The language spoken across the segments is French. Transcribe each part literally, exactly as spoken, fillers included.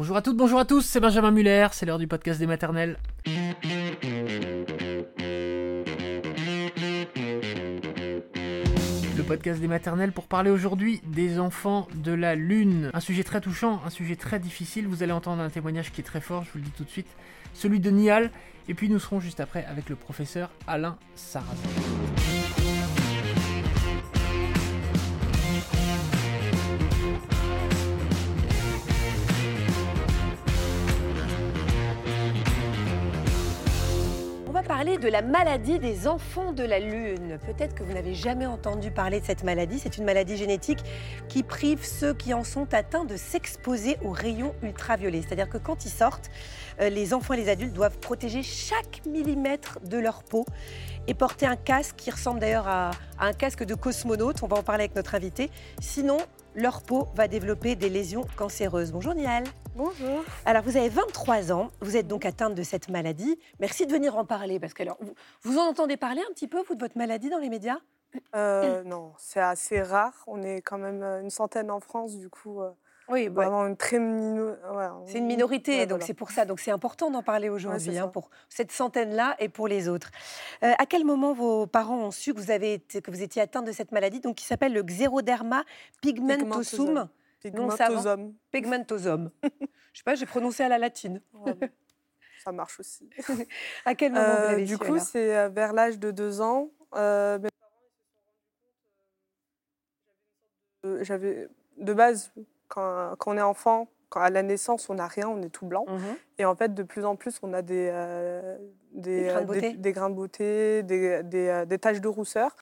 Bonjour à toutes, bonjour à tous, c'est Benjamin Muller, c'est l'heure du podcast des maternelles. Le podcast des maternelles pour parler aujourd'hui des enfants de la Lune. Un sujet très touchant, un sujet très difficile, vous allez entendre un témoignage qui est très fort, je vous le dis tout de suite, celui de Nihal, et puis nous serons juste après avec le professeur Alain Sarrazin. On va parler de la maladie des enfants de la Lune. Peut-être que vous n'avez jamais entendu parler de cette maladie. C'est une maladie génétique qui prive ceux qui en sont atteints de s'exposer aux rayons ultraviolets. C'est-à-dire que quand ils sortent, les enfants et les adultes doivent protéger chaque millimètre de leur peau et porter un casque qui ressemble d'ailleurs à, à un casque de cosmonaute. On va en parler avec notre invité. Sinon, leur peau va développer des lésions cancéreuses. Bonjour Nihal. Bonjour. Alors vous avez vingt-trois ans, vous êtes donc atteinte de cette maladie. Merci de venir en parler parce que alors, vous, vous en entendez parler un petit peu, vous, de votre maladie dans les médias ? euh, Non, c'est assez rare. On est quand même une centaine en France, du coup. Euh, oui, bah, vraiment une très mino... ouais, c'est une minorité, ouais, donc voilà. c'est pour ça. Donc c'est important d'en parler aujourd'hui, ouais, hein, pour cette centaine-là et pour les autres. Euh, à quel moment vos parents ont su que vous, avez été, que vous étiez atteinte de cette maladie, donc qui s'appelle le xéroderma pigmentosum? Pigmentosum. Pigmentosum. Je sais pas, j'ai prononcé à la latine. Ouais, ça marche aussi. À quel moment euh, vous l'avez Du su, coup, alors c'est vers l'âge de deux ans. Euh, mes parents ils se sont rendus compte. Euh, j'avais de base, quand, quand on est enfant, quand à la naissance, on n'a rien, on est tout blanc. Mm-hmm. Et en fait, de plus en plus, on a des, euh, des, des, grains de beauté. des, des grains de beauté, des, des, des taches de rousseur.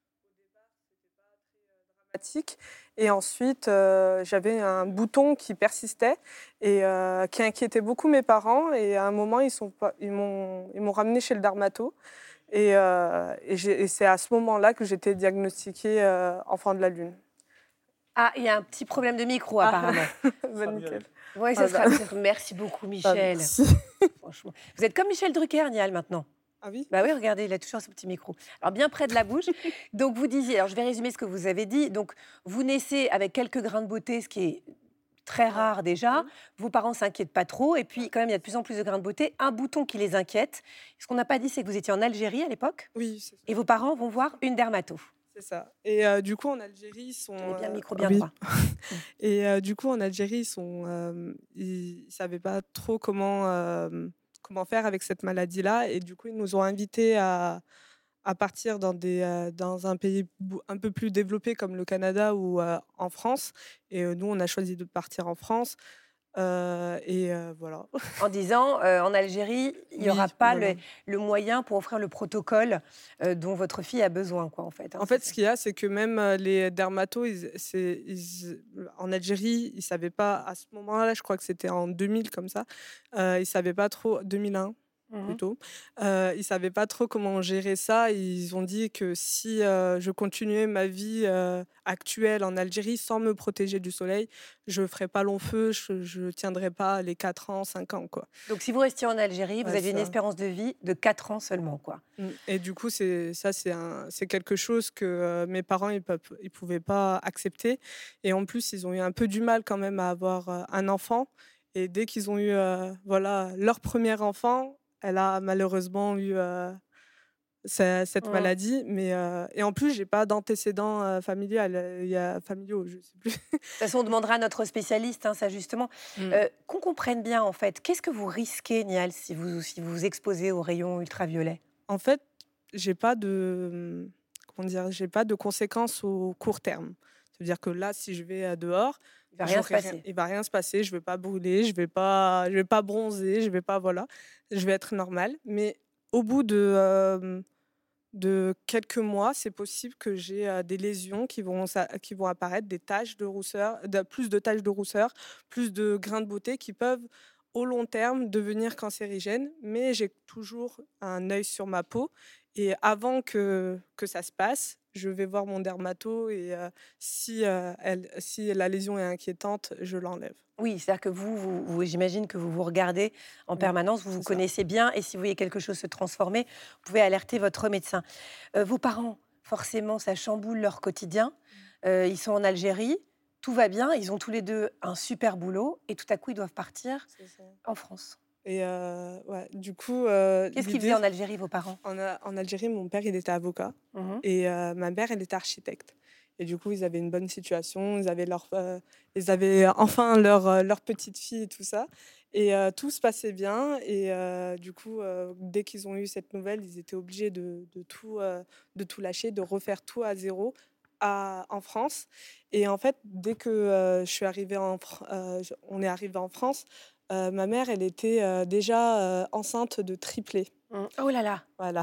Et ensuite, euh, j'avais un bouton qui persistait et euh, qui inquiétait beaucoup mes parents. Et à un moment, ils, sont pas, ils, m'ont, ils m'ont ramené chez le dermato. Et, euh, et, j'ai, et c'est à ce moment-là que j'étais diagnostiquée euh, enfant de la Lune. Ah, il y a un petit problème de micro, apparemment. bah, nickel. Oui, ça sera... Merci beaucoup, Michel. Ah, Franchement. Vous êtes comme Michel Drucker, Nihal, maintenant. Ah oui. Bah oui, regardez, il a toujours son petit micro. Alors, bien près de la bouche. Donc, vous disiez, alors je vais résumer ce que vous avez dit. Donc, vous naissez avec quelques grains de beauté, ce qui est très rare déjà. Vos parents ne s'inquiètent pas trop. Et puis, quand même, il y a de plus en plus de grains de beauté. Un bouton qui les inquiète. Ce qu'on n'a pas dit, c'est que vous étiez en Algérie à l'époque. Oui, c'est ça. Et vos parents vont voir une dermato. C'est ça. Et euh, du coup, en Algérie, ils sont... Tenez bien le micro euh, bien oui. droit. Et euh, du coup, en Algérie, ils sont... Euh, ils ne savaient pas trop comment... Euh, comment faire avec cette maladie-là. Et du coup, ils nous ont invités à, à partir dans, des, euh, dans un pays un peu plus développé comme le Canada ou euh, en France. Et euh, nous, on a choisi de partir en France. Euh, et euh, voilà. En disant, euh, en Algérie, il n'y aura oui, pas voilà. le, le moyen pour offrir le protocole euh, dont votre fille a besoin, quoi, en fait. Hein, en fait, ce qu'il y a, c'est que même les dermatos, ils, c'est, ils, en Algérie, ils ne savaient pas, à ce moment-là, je crois que c'était en deux mille, comme ça, euh, ils ne savaient pas trop, deux mille un, Mmh. plutôt. Euh, ils ne savaient pas trop comment gérer ça. Ils ont dit que si euh, je continuais ma vie euh, actuelle en Algérie sans me protéger du soleil, je ne ferais pas long feu, je ne tiendrais pas les quatre ans, cinq ans. Quoi. Donc si vous restiez en Algérie, vous ouais, aviez ça. une espérance de vie de quatre ans seulement. Quoi. Et du coup, c'est, ça, c'est, un, c'est quelque chose que euh, mes parents ne ils pouvaient pas accepter. Et en plus, ils ont eu un peu du mal quand même à avoir euh, un enfant. Et dès qu'ils ont eu euh, voilà, leur premier enfant, elle a malheureusement eu euh, cette mmh. maladie. Mais, euh, et en plus, je n'ai pas d'antécédents euh, familial, y a, familiaux, je ne sais plus. De toute façon, on demandera à notre spécialiste, hein, ça justement. Mmh. Euh, qu'on comprenne bien, en fait, qu'est-ce que vous risquez, Nihal, si vous si vous, vous exposez aux rayons ultraviolets ? En fait, je n'ai pas de, comment dire, j'ai pas de conséquences au court terme. C'est-à-dire que là, si je vais dehors, il va rien se passer. Rien, il va rien se passer. Je vais pas brûler, je vais pas, je vais pas bronzer, je vais pas, voilà, je vais être normale. Mais au bout de euh, de quelques mois, c'est possible que j'ai euh, des lésions qui vont qui vont apparaître, des taches de rousseur, de, plus de taches de rousseur, plus de grains de beauté qui peuvent au long terme devenir cancérigènes. Mais j'ai toujours un œil sur ma peau. Et avant que, que ça se passe, je vais voir mon dermato et euh, si, euh, elle, si la lésion est inquiétante, je l'enlève. Oui, c'est-à-dire que vous, vous, vous j'imagine que vous vous regardez en oui, permanence, vous vous connaissez ça. bien et si vous voyez quelque chose se transformer, vous pouvez alerter votre médecin. Euh, vos parents, forcément, ça chamboule leur quotidien. Euh, ils sont en Algérie. tout va bien, ils ont tous les deux un super boulot et tout à coup, ils doivent partir C'est ça. en France. Et heu, ouais, du coup, heu, Qu'est-ce qu'ils l'idée faisaient en Algérie, vos parents? en a en Algérie, mon père, il était avocat Mmh. et heu, ma mère, elle était architecte et du coup, ils avaient une bonne situation, ils avaient leur, heu, ils avaient enfin leur, heu, leur petite fille et tout ça et heu, tout se passait bien et heu, du coup, heu, dès qu'ils ont eu cette nouvelle, ils étaient obligés de de tout, heu, de tout lâcher, de refaire tout à zéro à en France et en fait, dès que, heu, je suis arrivée en Fran heu, je on est arrivé en France, heu, ma mère, elle était, heu, déjà, heu, enceinte de triplé. Mmh. Oh là là! Voilà.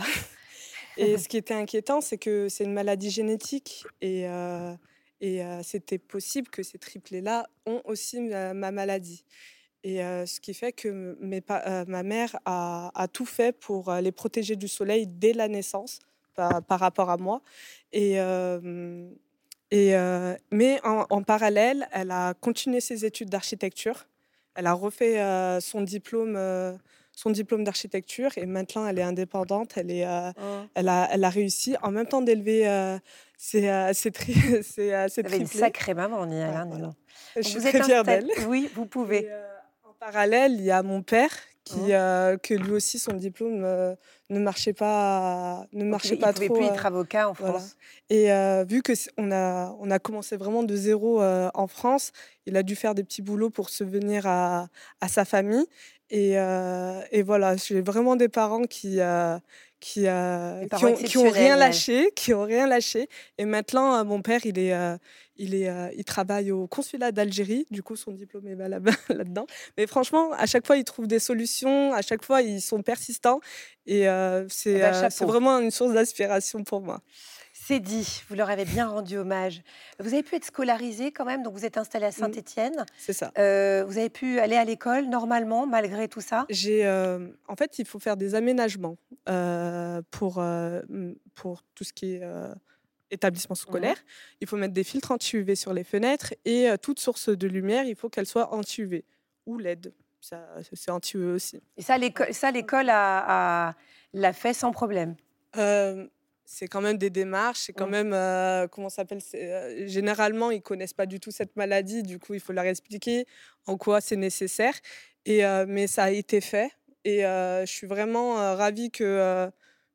Et ce qui était inquiétant, c'est que c'est une maladie génétique et heu et heu, c'était possible que ces triplés-là ont aussi ma ma maladie et heu, ce qui fait que m mes pa heu, ma mère a a tout fait pour, heu, les protéger du soleil dès la naissance par par rapport à moi et hem et heu, mais en en parallèle, elle a continué ses études d'architecture. Elle a refait, heu, son diplôme, heu, son diplôme d'architecture et maintenant elle est indépendante. Elle est, heu, Mmh. elle a elle a réussi en même temps d'élever, heu, ses, heu, ses tri ses, heu, ses Vous avez une triplés. sacrée maman, Niel, Ouais, hein, dis voilà. donc. Je Donc suis vous êtes très fière installés. d'elle. Oui, vous Et pouvez. heu, en parallèle, il y a mon père Mmh. qui, heu, que lui aussi son diplôme, heu, ne marchait pas ne Donc il marchait ne pas pouvait trop, plus heu, être avocat en voilà France. et heu, vu que c on a on a commencé vraiment de zéro, heu, en France, il a dû faire des petits boulots pour subvenir à à sa famille et heu et voilà, j'ai vraiment des parents qui, heu qui, heu, Des qui parents ont qui ont exceptionnels, rien Niel. lâché qui ont rien lâché et maintenant, heu, mon père, il est, heu il est, heu, il travaille au consulat d'Algérie, du coup son diplôme est valable là-dedans. Mais franchement, à chaque fois, ils trouvent des solutions, à chaque fois, ils sont persistants et heu, Eh c'est, ben, heu, c'est chapeau. vraiment une source d'inspiration pour moi. C'est dit, vous leur avez bien rendu hommage. Vous avez pu être scolarisé quand même, donc vous êtes installé à Mmh, Saint-Étienne. c'est ça. Heu, vous avez pu aller à l'école normalement malgré tout ça? J'ai, hem, en fait, il faut faire des aménagements, heu, pour, heu, mmh, pour tout ce qui est, heu, établissement Mmh. scolaire. Il faut mettre des filtres anti-U V sur les fenêtres et heu, toute source de lumière, il faut qu'elle soit anti-U V ou L E D. Ça, c'est anti-U V aussi. Et ça Voilà. l'éco ça l'école a a l'a fait sans problème? Hem, c'est quand même des démarches, c'est quand Mmh. même, heu, comment ça s'appelle? C'est, heu, généralement, ils connaissent pas du tout cette maladie, du coup, il faut leur expliquer en quoi c'est nécessaire et heu, mais ça a été fait et heu, je suis vraiment, heu, ravie que, heu,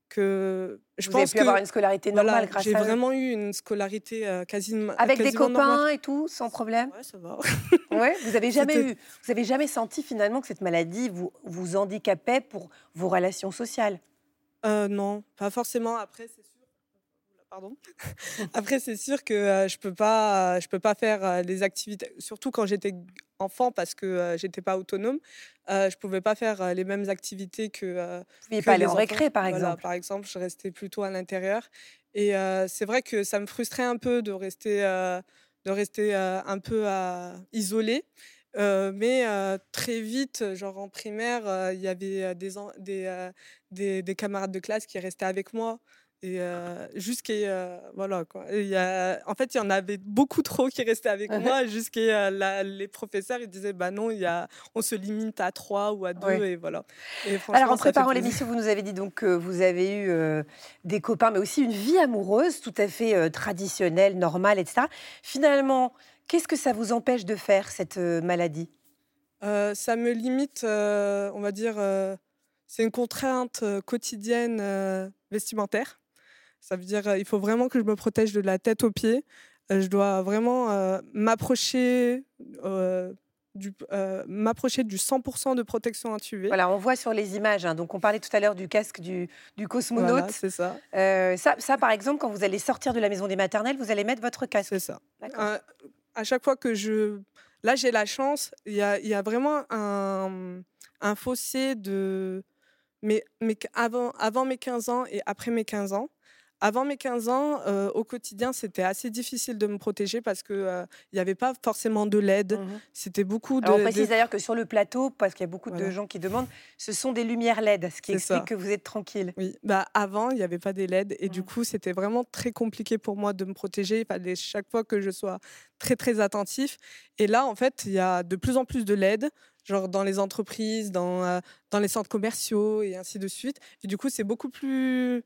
que je Vous avez pense pu avoir que une scolarité normale voilà, grâce j'ai à eux? vraiment eu une scolarité, heu, quasiment Avec des quasiment normale. copains et tout, sans problème? Ouais, ça va. Ouais, vous avez jamais C'était eu vous avez jamais senti finalement que cette maladie vous vous handicapait pour vos relations sociales? heu, non, pas forcément. Après, c'est sûr pardon. Après, c'est sûr que, heu, je peux pas, je peux pas faire, heu, les activités surtout quand j'étais g enfant parce que, heu, j'étais pas autonome, heu, je pouvais pas faire, heu, les mêmes activités que, heu, Vous pouviez que pas aller en les enfants. récré, par Voilà, exemple? par exemple, je restais plutôt à l'intérieur et heu, c'est vrai que ça me frustrait un peu de rester, heu, de rester, heu, un peu à isolée, heu, mais heu, très vite, genre en primaire, heu, il y avait, heu, des en des, heu, des des camarades de classe qui restaient avec moi et heu, jusqu'à heu, voilà quoi. Et il y a en fait, il y en avait beaucoup trop qui restaient avec moi jusqu'à heu, la les professeurs, ils disaient: «Bah non, il y a on se limite à trois ou à deux Oui. et voilà et Alors, franchement, en ça fait préparant plaisir. l'émission, vous nous avez dit donc que vous avez eu, heu, des copains, mais aussi une vie amoureuse tout à fait, heu, traditionnelle, normale et cetera. Finalement, qu'est-ce que ça vous empêche de faire, cette, heu, maladie? Heu, ça me limite, heu, on va dire, heu, c'est une contrainte, heu, quotidienne, heu, vestimentaire. Ça veut dire, heu, il faut vraiment que je me protège de la tête aux pieds. Heu, je dois vraiment, heu, m'approcher, heu, du p heu, m'approcher du cent de protection anti-U V. Voilà, on voit sur les images, hein, donc on parlait tout à l'heure du casque du du Voilà, cosmonaute. c'est ça, Heu, ça ça, par exemple, quand vous allez sortir de la maison des maternelles, vous allez mettre votre c'est casque? ça. D'accord. Heu, à chaque fois que je là, j'ai la chance, il y a il y a vraiment un, mmh, un fossé de mais mais avant avant mes quinze ans et après mes quinze ans. Avant mes quinze ans, heu, au quotidien, c'était assez difficile de me protéger parce que, heu, il y avait pas forcément de L E D. Mmh. C'était beaucoup Alors on de de précise d'ailleurs que sur le plateau, parce qu'il y a beaucoup de voilà, gens qui demandent, ce sont des lumières L E D, ce qui c'est explique ça. que vous êtes tranquille. Oui, bah, avant, il y avait pas des L E D et du Mmh. coup, c'était vraiment très compliqué pour moi de me protéger. Il fallait chaque fois que je sois très, très attentif et là, en fait, il y a de plus en plus de L E D, genre dans les entreprises, dans, heu, dans les centres commerciaux et ainsi de suite et du coup, c'est beaucoup plus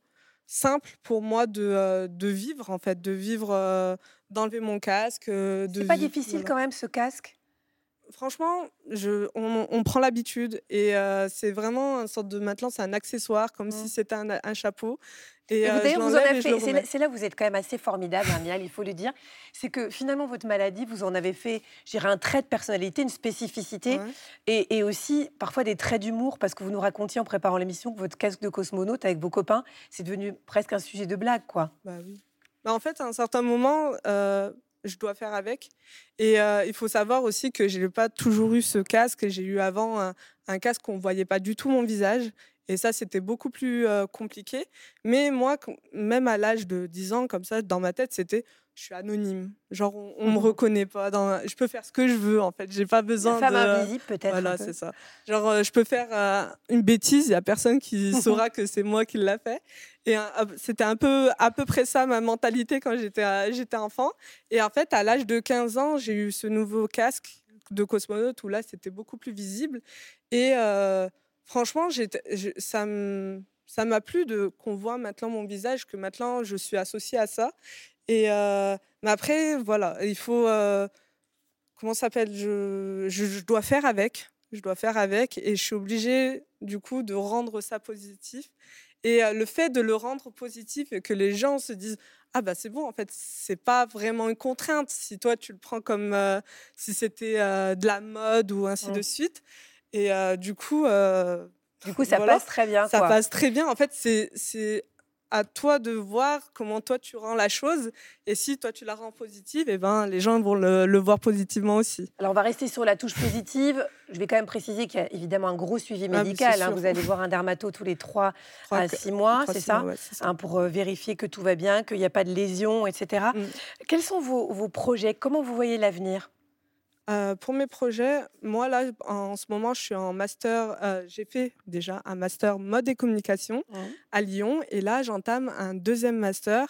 simple pour moi de, heu, de vivre, en fait, de vivre, heu, d'enlever mon casque, heu, de C'est pas vi difficile voilà. quand même ce casque? Franchement, je on on prend l'habitude et heu, c'est vraiment une sorte de maintenant, c'est un accessoire comme Mmh. si c'était un un chapeau et Et vous heu, je d'ailleurs, vous en l'enlève avez et je le fait c'est là remets. c'est là où vous êtes quand même assez formidable, hein, Niall, il faut le dire. C'est que finalement, votre maladie, vous en avez fait, je dirais, un trait de personnalité, une spécificité Ouais, et et aussi parfois des traits d'humour parce que vous nous racontiez en préparant l'émission que votre casque de cosmonaute avec vos copains, c'est devenu presque un sujet de blague, quoi. bah, oui. Bah, en fait, à un certain moment, heu, je dois faire avec et heu, il faut savoir aussi que j'ai pas toujours eu ce casque. J'ai eu avant un un casque où on voyait pas du tout mon visage et ça, c'était beaucoup plus, heu, compliqué. Mais moi, quand même à l'âge de dix ans, comme ça, dans ma tête, c'était: «Je suis anonyme». Genre on on me reconnaît pas dans je peux faire ce que je veux, en fait. J'ai pas La besoin femme de invisible peut-être un voilà, peu? c'est ça. Genre, heu, je peux faire, heu, une bêtise, il y a personne qui saura que c'est moi qui l'a fait et heu, hop, c'était un peu à peu près ça ma mentalité quand j'étais, heu, j'étais enfant et en fait, à l'âge de quinze ans, j'ai eu ce nouveau casque de cosmonaute où là, c'était beaucoup plus visible et heu, franchement, j'étais je ça m ça m'a plu de qu'on voit maintenant mon visage, que maintenant je suis associée à ça et heu, mais après voilà, il faut, heu, comment ça s'appelle? Je je je dois faire avec, je dois faire avec et je suis obligée du coup de rendre ça positif et heu, le fait de le rendre positif et que les gens se disent: «Ah bah, c'est bon en fait, c'est pas vraiment une contrainte si toi tu le prends comme, heu, si c'était, heu, de la mode ou ainsi de Mmh. suite» et heu, du coup, heu, Du coup, ça voilà, passe très bien, ça quoi. passe très bien. En fait, c'est c'est à toi de voir comment toi tu rends la chose et si toi tu la rends positive et ben, les gens vont le le voir positivement aussi. Alors, on va rester sur la touche positive. Je vais quand même préciser qu'il y a évidemment un gros suivi Ah mais c'est médical, hein. sûr. Vous allez voir un dermato tous les trois trois à que six mois, c'est trois six mois, ça? ouais, c'est ça. Hein, pour euh, vérifier que tout va bien, qu'il n'y a pas de lésions, et cetera. Mmh. Quels sont vos, vos projets? Comment vous voyez l'avenir? Heu, pour mes projets, moi là, en ce moment, je suis en master, heu, j'ai fait déjà un master mode et communication Mmh. à Lyon et là, j'entame un deuxième master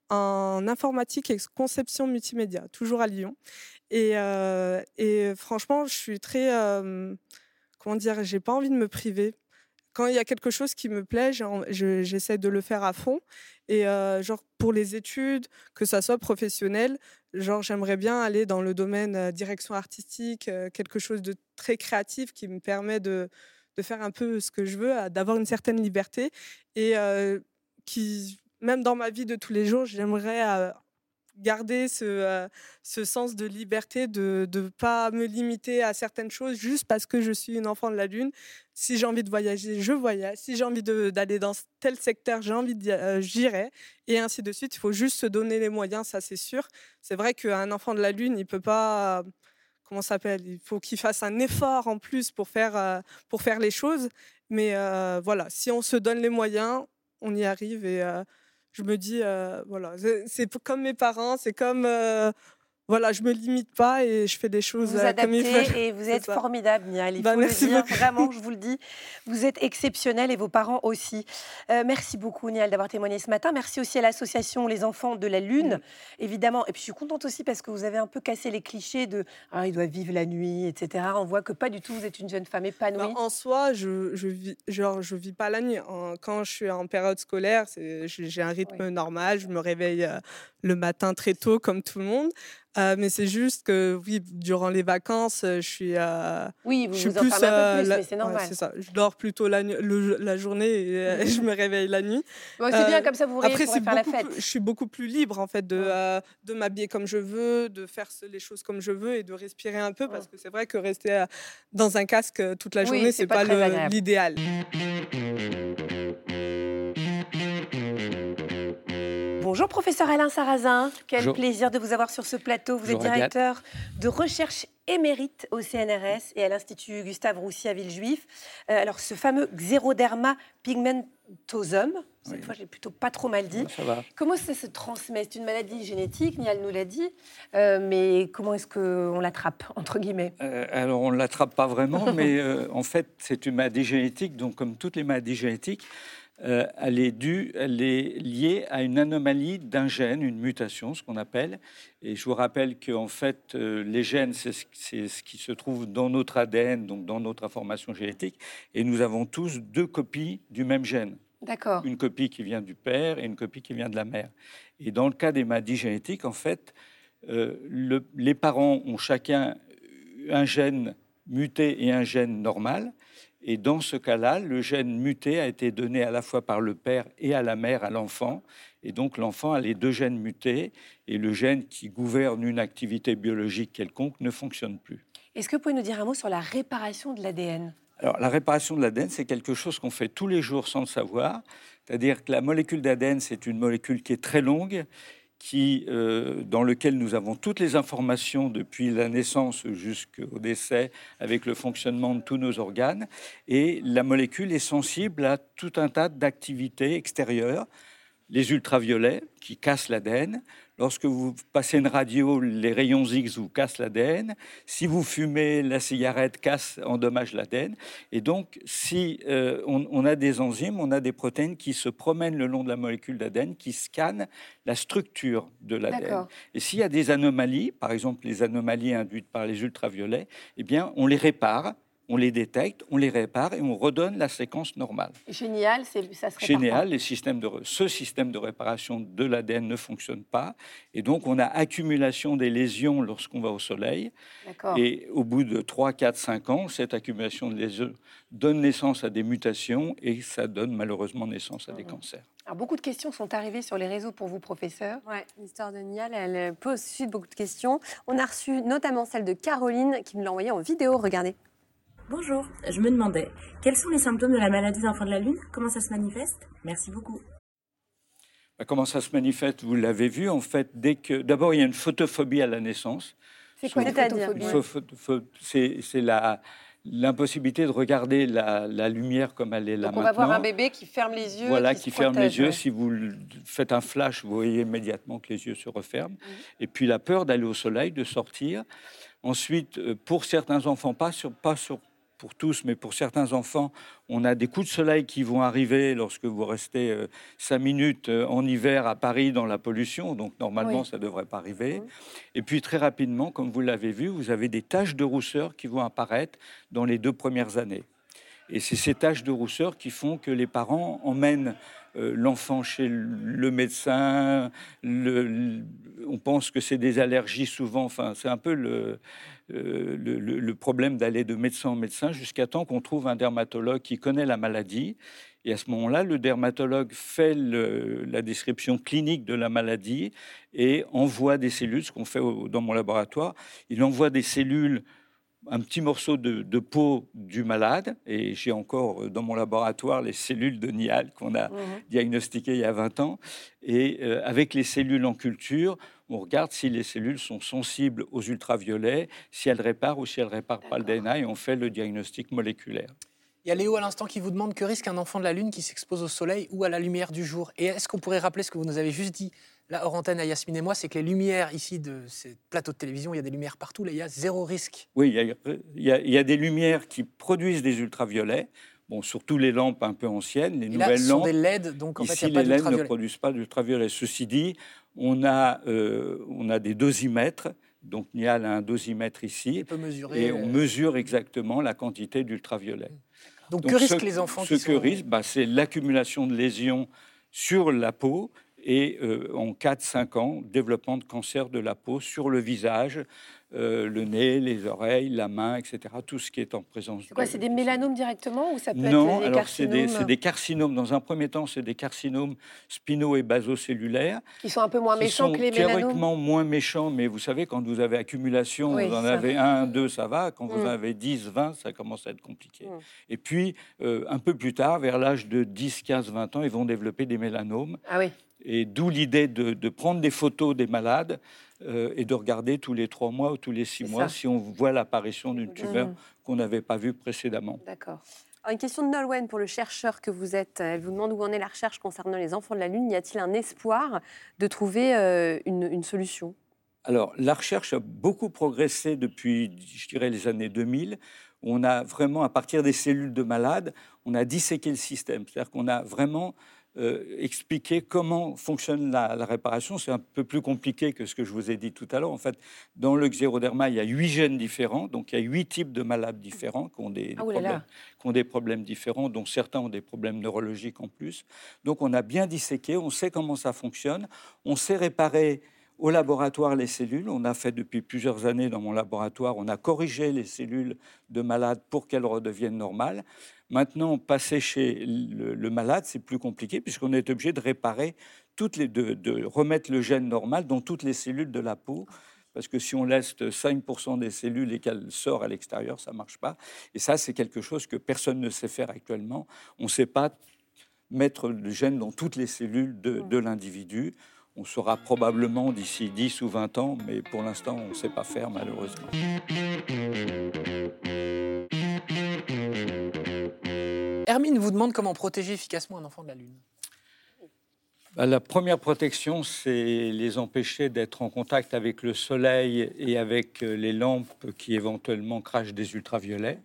en informatique et conception multimédia, toujours à Lyon et heu et franchement, je suis très, hem, comment dire? J'ai pas envie de me priver. Quand il y a quelque chose qui me plaît, j'ai en je j'essaie de le faire à fond et heu, genre pour les études, que ça soit professionnel, genre j'aimerais bien aller dans le domaine, heu, direction artistique, heu, quelque chose de très créatif qui me permet de de faire un peu ce que je veux, heu, d'avoir une certaine liberté et heu, qui même dans ma vie de tous les jours, j'aimerais, heu, garder ce, heu, ce sens de liberté, de ne pas me limiter à certaines choses juste parce que je suis une enfant de la lune. Si j'ai envie de voyager, je voyage. Si j'ai envie de d'aller dans tel secteur, j'ai envie d'y a j'irai et ainsi de suite. Il faut juste se donner les moyens, ça c'est sûr. C'est vrai qu'un enfant de la lune, il peut pas, comment ça s'appelle? Il faut qu'il fasse un effort en plus pour faire, heu, pour faire les choses. Mais heu, voilà, si on se donne les moyens, on y arrive et heu, je me dis, heu, voilà, c'est c'est p comme mes parents, c'est comme, heu, voilà, je me limite pas et je fais des Vous choses, vous heu, comme il faut. adaptez et vous C'est êtes ça. formidable, Niall, il Bah, faut le merci dire. beaucoup. Vraiment, je vous le dis, vous êtes exceptionnel et vos parents aussi. Heu, merci beaucoup, Niall, d'avoir témoigné ce matin. Merci aussi à l'association Les Enfants de la Lune, Mmh. évidemment. Et puis, je suis contente aussi parce que vous avez un peu cassé les clichés de «Ah, ils doivent vivre la nuit» et cetera. On voit que pas du tout, vous êtes une jeune femme Bah, épanouie. en soi, je je vis genre, je vis pas la nuit. En Quand je suis en période scolaire, c'est j'ai j'ai un Oui. rythme normal, je me réveille, heu, le matin très tôt comme tout le monde. Heu, mais c'est juste que oui, durant les vacances, heu, je suis, heu, Oui, je vous suis vous plus, enfermez un peu heu, plus, la mais c'est ouais, normal. c'est ça. Je dors plutôt la nu le la journée et heu, je me réveille la nuit. Bon, c'est bien, Heu, comme ça, vous Après pourrez c'est faire la beaucoup plus je fête. suis beaucoup plus libre en fait de, Mmh, heu, de m'habiller comme je veux, de faire ce les choses comme je veux et de respirer un peu mmh. parce que c'est vrai que rester, heu, dans un casque, heu, toute la Oui, journée, c'est c'est pas pas très le agréable. l'idéal. Bonjour professeur Alain Sarrazin, quel Bonjour, plaisir de vous avoir sur ce plateau. Vous êtes bonjour Agathe. directeur de recherche émérite au C N R S et à l'Institut Gustave Roussy à Villejuif. Euh, alors ce fameux xéroderma pigmentosum, cette Oui, fois je l'ai plutôt pas trop mal dit, bon, ça va. comment ça se transmet? C'est une maladie génétique, Niall nous l'a dit, euh, mais comment est-ce qu'on l'attrape, entre guillemets? Euh, alors, on ne l'attrape pas vraiment, mais euh, en fait, c'est une maladie génétique. Donc, comme toutes les maladies génétiques, euh, elle est due, elle est liée à une anomalie d'un gène, une mutation, ce qu'on appelle. Et je vous rappelle qu'en fait, euh, les gènes, c'est ce, c'est ce qui se trouve dans notre A D N, donc dans notre information génétique. Et nous avons tous deux copies du même gène. D'accord. Une copie qui vient du père et une copie qui vient de la mère. Et dans le cas des maladies génétiques, en fait, euh, le, les parents ont chacun un gène muté et un gène normal. Et dans ce cas-là, le gène muté a été donné à la fois par le père et à la mère à l'enfant. Et donc l'enfant a les deux gènes mutés et le gène qui gouverne une activité biologique quelconque ne fonctionne plus. Est-ce que vous pouvez nous dire un mot sur la réparation de l'A D N ? Alors, la réparation de l'A D N, c'est quelque chose qu'on fait tous les jours sans le savoir. C'est-à-dire que la molécule d'A D N, c'est une molécule qui est très longue, qui, euh, dans laquelle nous avons toutes les informations depuis la naissance jusqu'au décès, avec le fonctionnement de tous nos organes. Et la molécule est sensible à tout un tas d'activités extérieures. Les ultraviolets qui cassent l'A D N. Lorsque vous passez une radio, les rayons X vous cassent l'A D N. Si vous fumez, la cigarette casse, endommage l'A D N. Et donc, si euh, on, on a des enzymes, on a des protéines qui se promènent le long de la molécule d'A D N, qui scannent la structure de l'A D N. D'accord. Et s'il y a des anomalies, par exemple les anomalies induites par les ultraviolets, eh bien, on les répare. On les détecte, on les répare et on redonne la séquence normale. Génial, c'est, ça se répare Génial, pas. les systèmes de, ce système de réparation de l'A D N ne fonctionne pas. Et donc, on a accumulation des lésions lorsqu'on va au soleil. D'accord. Et au bout de trois, quatre, cinq ans, cette accumulation de lésions donne naissance à des mutations et ça donne malheureusement naissance à des Mmh. cancers. Alors, beaucoup de questions sont arrivées sur les réseaux pour vous, professeur. Ouais, l'histoire de Nial, elle pose suite beaucoup de questions. On a reçu notamment celle de Caroline qui me l'a envoyée en vidéo. Regardez. Bonjour, je me demandais, quels sont les symptômes de la maladie des enfants de la Lune? Comment ça se manifeste? Merci beaucoup. Bah, comment ça se manifeste? Vous l'avez vu, en fait, dès que... D'abord, il y a une photophobie à la naissance. C'est quoi une C'est-à-dire photophobie? Pho- pho- pho- C'est c'est la... l'impossibilité de regarder la, la lumière comme elle est là Donc, on maintenant. va voir un bébé qui ferme les yeux. Voilà, qui, qui se ferme protège, les yeux. ouais. Si vous le- faites un flash, vous voyez immédiatement que les yeux se referment. Mhm. Et puis la peur d'aller au soleil, de sortir. Ensuite, euh, pour certains enfants, pas, sur, pas sur, pour tous, mais pour certains enfants, on a des coups de soleil qui vont arriver lorsque vous restez euh, cinq minutes euh, en hiver à Paris dans la pollution. Donc normalement, Oui. ça ne devrait pas arriver. Mhm. Et puis très rapidement, comme vous l'avez vu, vous avez des taches de rousseur qui vont apparaître dans les deux premières années. Et c'est ces taches de rousseur qui font que les parents emmènent euh, l'enfant chez le médecin. Le, le- on pense que c'est des allergies souvent. Enfin, c'est un peu le, euh, le, le- le problème d'aller de médecin en médecin jusqu'à temps qu'on trouve un dermatologue qui connaît la maladie. Et à ce moment-là, le dermatologue fait le- la description clinique de la maladie et envoie des cellules, ce qu'on fait au- dans mon laboratoire. Il envoie des cellules, un petit morceau de, de peau du malade, et j'ai encore euh, dans mon laboratoire les cellules de Nial qu'on a Mhm. diagnostiquées il y a vingt ans. Et euh, avec les cellules en culture, on regarde si les cellules sont sensibles aux ultraviolets, si elles réparent ou si elles ne réparent pas le D N A, et on fait le diagnostic moléculaire. Il y a Léo à l'instant qui vous demande que risque un enfant de la Lune qui s'expose au soleil ou à la lumière du jour. Et est-ce qu'on pourrait rappeler ce que vous nous avez juste dit là hors antenne à Yasmine et moi, c'est que les lumières ici de ces plateaux de télévision, il y a des lumières partout, là il y a zéro risque. Oui, il y a, il y a- il y a des lumières qui produisent des ultraviolets, bon, surtout les lampes un peu anciennes, les Et là, nouvelles ce sont lampes. des L E D, donc en fait Ici, il n'y a les pas L E D ne d'ultraviolet. produisent pas d'ultraviolet. Ceci dit, on a, euh, on a des dosimètres. Donc, Nial a un dosimètre ici. Il peut mesurer. Et on euh, mesure exactement la quantité d'ultraviolet. Donc, Donc, que risquent ce, les enfants Ce qui que sont... risque, bah, c'est l'accumulation de lésions sur la peau et euh, en quatre à cinq ans, développement de cancer de la peau sur le visage, euh, le nez, les oreilles, la main, et cetera. Tout ce qui est en présence. C'est quoi, de- c'est des de- mélanomes directement ou ça peut Non, être des alors c'est des, carcinomes c'est des carcinomes. Dans un premier temps, c'est des carcinomes spinaux et basocellulaires. qui sont un peu moins qui méchants sont que les mélanomes? théoriquement moins méchants, mais vous savez, quand vous avez accumulation, Oui, vous en ça. avez un, deux, ça va. Quand vous Mm. en avez dix, vingt, ça commence à être compliqué. Mm. Et puis, euh, un peu plus tard, vers l'âge de dix, quinze, vingt ans, ils vont développer des mélanomes. Ah oui. Et d'où l'idée de, de prendre des photos des malades euh, et de regarder tous les trois mois ou tous les six C'est mois ça. si on voit l'apparition d'une tumeur Mhm. qu'on n'avait pas vue précédemment. D'accord. Alors, une question de Nolwenn pour le chercheur que vous êtes. Elle vous demande où en est la recherche concernant les enfants de la Lune. Y a-t-il un espoir de trouver euh, une, une solution? Alors, la recherche a beaucoup progressé depuis, je dirais, les années deux mille. On a vraiment, à partir des cellules de malades, on a disséqué le système. C'est-à-dire qu'on a vraiment euh, expliquer comment fonctionne la, la réparation. C'est un peu plus compliqué que ce que je vous ai dit tout à l'heure. En fait, dans le xéroderma, il y a huit gènes différents, donc il y a huit types de malades différents qui ont des, des Ah, oulala. problèmes, qui ont des problèmes différents, dont certains ont des problèmes neurologiques en plus. Donc on a bien disséqué, on sait comment ça fonctionne, on sait réparer au laboratoire les cellules. On a fait depuis plusieurs années dans mon laboratoire, on a corrigé les cellules de malades pour qu'elles redeviennent normales. Maintenant, passer chez le, le malade, c'est plus compliqué puisqu'on est obligé de réparer, toutes les, de, de remettre le gène normal dans toutes les cellules de la peau. Parce que si on laisse cinq pour cent des cellules et qu'elles sortent à l'extérieur, ça ne marche pas. Et ça, c'est quelque chose que personne ne sait faire actuellement. On ne sait pas mettre le gène dans toutes les cellules de, de l'individu. On saura probablement d'ici dix ou vingt ans, mais pour l'instant, on ne sait pas faire, malheureusement. Hermine vous demande comment protéger efficacement un enfant de la Lune. Bah, la première protection, c'est les empêcher d'être en contact avec le soleil et avec les lampes qui éventuellement crachent des ultraviolets.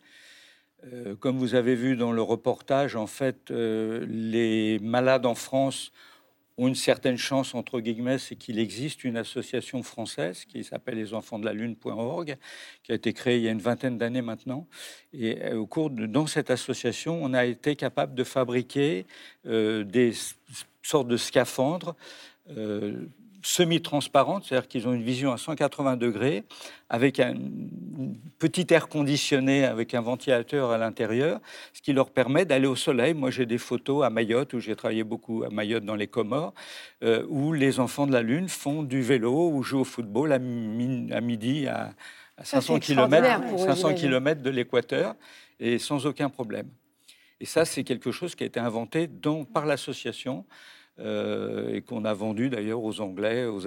Euh, comme vous avez vu dans le reportage, en fait, euh, les malades en France ont une certaine chance, entre guillemets, c'est qu'il existe une association française qui s'appelle les enfants de la lune point org, qui a été créée il y a une vingtaine d'années maintenant. Et au cours de, dans cette association, on a été capable de fabriquer euh, des sortes de scaphandres euh, semi-transparentes, c'est-à-dire qu'ils ont une vision à cent quatre-vingts degrés, avec un petit air conditionné, avec un ventilateur à l'intérieur, ce qui leur permet d'aller au soleil. Moi, j'ai des photos à Mayotte, où j'ai travaillé beaucoup à Mayotte dans les Comores, euh, où les enfants de la Lune font du vélo ou jouent au football à, mi- à midi à, à cinq cents kilomètres de l'équateur, et sans aucun problème. Et ça, c'est quelque chose qui a été inventé dans, par l'association, Euh, et qu'on a vendu d'ailleurs aux Anglais, aux,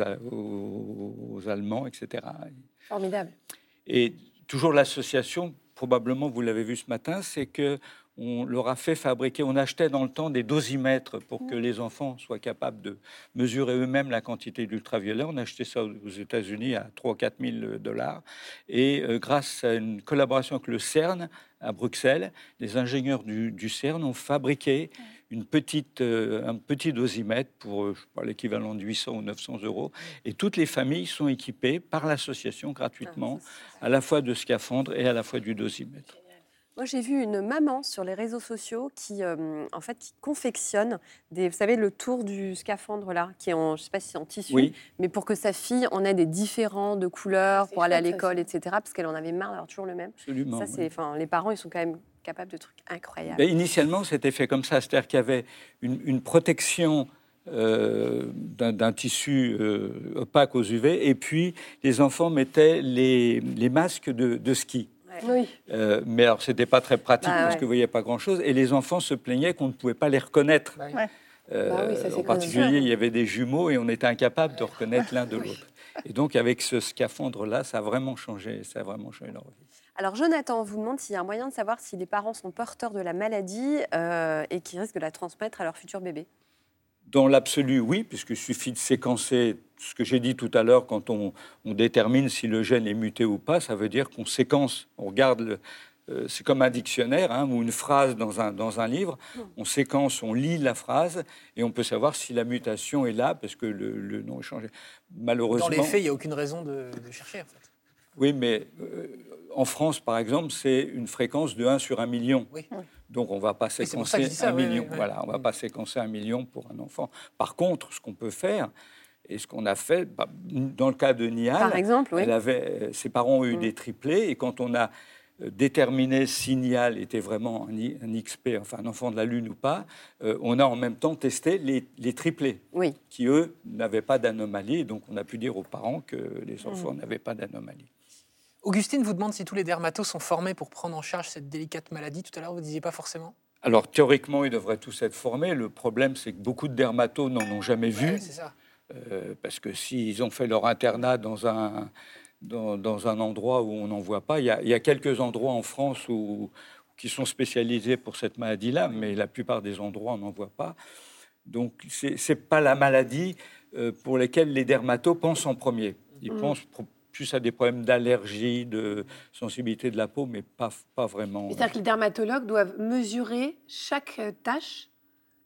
aux, aux Allemands, et cetera. Formidable. Et toujours l'association, probablement vous l'avez vu ce matin, c'est que on leur a fait fabriquer, on achetait dans le temps des dosimètres pour que les enfants soient capables de mesurer eux-mêmes la quantité d'ultraviolet. On a acheté ça aux États-Unis à trois à quatre mille dollars. Et euh, grâce à une collaboration avec le CERN à Bruxelles, les ingénieurs du, du CERN ont fabriqué une petite, euh, un petit dosimètre pour euh, je sais pas, l'équivalent de huit cents ou neuf cents euros. Et toutes les familles sont équipées par l'association gratuitement, à la fois de scaphandres et à la fois du dosimètre. Moi, j'ai vu une maman sur les réseaux sociaux qui, euh, en fait, qui confectionne des, vous savez, le tour du scaphandre là, qui est en, je sais pas si c'est en tissu, Oui. mais pour que sa fille en ait des différents de couleurs C'est pour aller à chouette, ça, l'école, ça. et cetera. Parce qu'elle en avait marre d'avoir toujours le même. Absolument. Ça, oui. c'est, enfin, les parents, ils sont quand même capables de trucs incroyables. Ben, initialement, c'était fait comme ça, c'est-à-dire qu'il y avait une, une protection euh, d'un, d'un tissu euh, opaque aux U V, et puis les enfants mettaient les, les masques de, de ski. Oui. Euh, mais alors, c'était pas très pratique Bah, parce ouais. que vous voyez pas grand-chose, et les enfants se plaignaient qu'on ne pouvait pas les reconnaître. Ouais. Ouais. Euh, Bah oui, ça, c'est en quand même particulier, sûr. il y avait des jumeaux et on était incapable de reconnaître l'un de Oui. l'autre. Et donc, avec ce scaphandre-là, ça a vraiment changé, ça a vraiment changé leur vie. Alors, Jonathan, on vous demande s'il y a un moyen de savoir si les parents sont porteurs de la maladie euh, et qui risquent de la transmettre à leur futur bébé. Dans l'absolu, oui, puisqu'il suffit de séquencer ce que j'ai dit tout à l'heure, quand on, on détermine si le gène est muté ou pas, ça veut dire qu'on séquence, on regarde, le, euh, c'est comme un dictionnaire hein, ou une phrase dans un, dans un livre, on séquence, on lit la phrase et on peut savoir si la mutation est là, parce que le, le nom est changé. Malheureusement, Dans les faits, il n'y a aucune raison de, de chercher, en fait. oui, mais euh, en France, par exemple, c'est une fréquence de un sur un million. Oui. Donc, on ne va pas Oui, c'est pour ça que séquencer je dis ça, un oui, million. oui, oui. Voilà, on ne va Mm. pas séquencer un million pour un enfant. Par contre, ce qu'on peut faire, et ce qu'on a fait, bah, dans le cas de Niall, Par exemple, oui. elle avait, ses parents ont eu Mm. des triplés, et quand on a euh, déterminé si Niall était vraiment un, I- un X P, enfin un enfant de la Lune ou pas, euh, on a en même temps testé les, les triplés, Oui. qui, eux, n'avaient pas d'anomalie, et donc on a pu dire aux parents que les Mm. enfants n'avaient pas d'anomalie. Augustine vous demande si tous les dermatos sont formés pour prendre en charge cette délicate maladie. Tout à l'heure, vous ne disiez pas forcément. Alors, théoriquement, ils devraient tous être formés. Le problème, c'est que beaucoup de dermatos n'en ont jamais vu. Ouais, c'est ça. Euh, parce que s'ils ont fait leur internat dans un, dans, dans un endroit où on n'en voit pas, il y, a, il y a quelques endroits en France où, qui sont spécialisés pour cette maladie-là, mais la plupart des endroits, on n'en voit pas. Donc, ce n'est pas la maladie euh, pour laquelle les dermatos pensent en premier. Ils Mm. pensent pro- plus à des problèmes d'allergie, de sensibilité de la peau, mais pas, pas vraiment. C'est-à-dire que les dermatologues doivent mesurer chaque euh, tache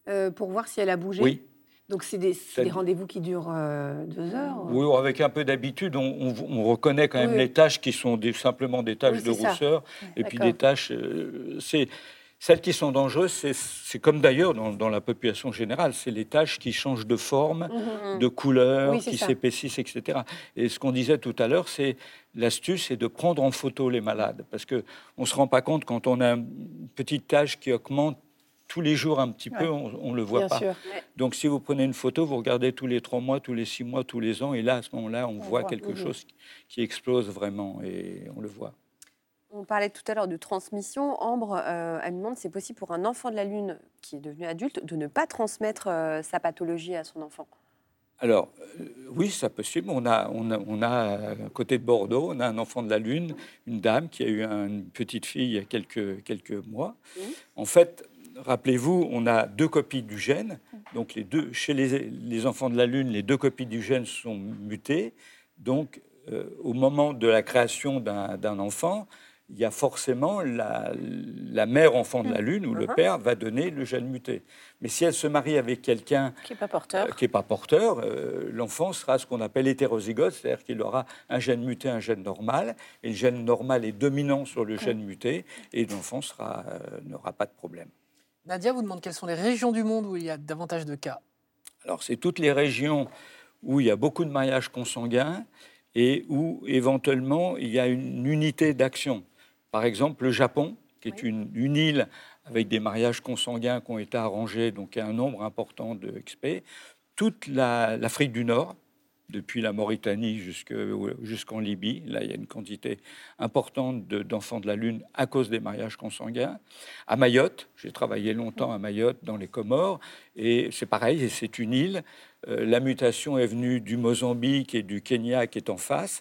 euh, pour voir si elle a bougé. Oui. Donc c'est des, c'est Ça- des rendez-vous qui durent euh, deux heures. Oui, avec un peu d'habitude, on, on- on reconnaît quand même Oui. les taches qui sont des- simplement des taches Oui, de c'est ça. rousseur, et puis d'accord. des taches. euh, c'est celles qui sont dangereuses, c'est, c'est comme d'ailleurs dans, dans la population générale, c'est les taches qui changent de forme, Mhm. de couleur, Oui, c'est qui ça. s'épaississent, et cetera. Et ce qu'on disait tout à l'heure, c'est l'astuce, c'est de prendre en photo les malades, parce que on se rend pas compte quand on a une petite tache qui augmente tous les jours un petit Ouais. peu, on, ne le voit Bien pas. sûr. Donc, si vous prenez une photo, vous regardez tous les trois mois, tous les six mois, tous les ans, et là, à ce moment-là, on, voit, voit. quelque Mhm. chose qui, qui explose vraiment, et on le voit. On parlait tout à l'heure de transmission. Ambre, euh, elle me demande si c'est possible pour un enfant de la Lune qui est devenu adulte de ne pas transmettre euh, sa pathologie à son enfant. Alors, euh, oui, c'est possible. On a, on, a, on a, à côté de Bordeaux, on a un enfant de la Lune, une dame qui a eu un- une petite fille il y a quelques, quelques mois. Mhm. En fait, rappelez-vous, on a deux copies du gène. Donc, les deux, chez les, les enfants de la Lune, les deux copies du gène sont mutées. Donc, euh, au moment de la création d'un, d'un enfant, il y a forcément la, la mère enfant de la Lune ou le Mhm. père va donner le gène muté. Mais si elle se marie avec quelqu'un Qui n'est pas porteur. euh, qui n'est pas porteur, euh, l'enfant sera ce qu'on appelle hétérozygote, c'est-à-dire qu'il aura un gène muté, un gène normal, et le gène normal est dominant sur le gène muté, et l'enfant sera, euh, n'aura pas de problème. Nadia vous demande quelles sont les régions du monde où il y a davantage de cas. Alors, c'est toutes les régions où il y a beaucoup de mariages consanguins et où, éventuellement, il y a une unité d'action. Par exemple, le Japon, qui est une, une île avec des mariages consanguins qui ont été arrangés, donc il y a un nombre important d'expats. Toute la- l'Afrique du Nord, depuis la Mauritanie jusque- jusqu'en Libye, là, il y a une quantité importante de- d'enfants de la Lune à cause des mariages consanguins. À Mayotte, j'ai travaillé longtemps à Mayotte, dans les Comores, et c'est pareil, et c'est une île. Euh, la mutation est venue du Mozambique et du Kenya qui est en face.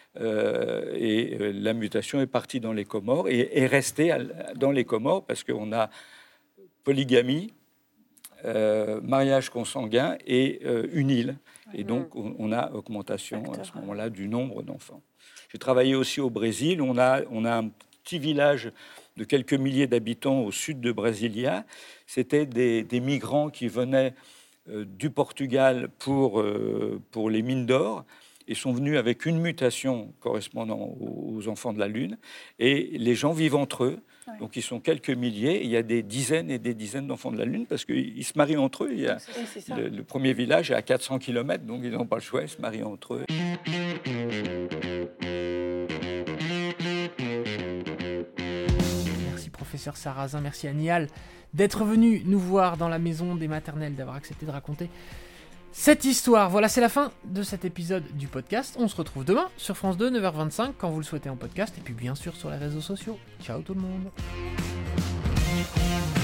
Euh, et euh, la mutation est partie dans les Comores et est restée à- dans les Comores parce qu'on a polygamie, euh, mariage consanguin et euh, une île. Et donc, on, on a augmentation à ce moment-là du nombre d'enfants. J'ai travaillé aussi au Brésil. On a, on a un petit village de quelques milliers d'habitants au sud de Brasilia. C'était des, des migrants qui venaient euh, du Portugal pour, euh, pour les mines d'or et sont venus avec une mutation correspondant aux, aux enfants de la Lune. Et les gens vivent entre eux. Ouais. Donc, ils sont quelques milliers. Il y a des dizaines et des dizaines d'enfants de la Lune parce qu'ils se marient entre eux. Il y a, Oui, c'est ça. le, le premier village est à quatre cents kilomètres, donc ils n'ont pas le choix, ils se marient entre eux. Merci professeur Sarrazin, merci à Nial d'être venu nous voir dans la maison des maternelles, d'avoir accepté de raconter cette histoire. Voilà, c'est la fin de cet épisode du podcast. On se retrouve demain sur France deux, neuf heures vingt-cinq, quand vous le souhaitez en podcast, et puis bien sûr sur les réseaux sociaux. Ciao tout le monde.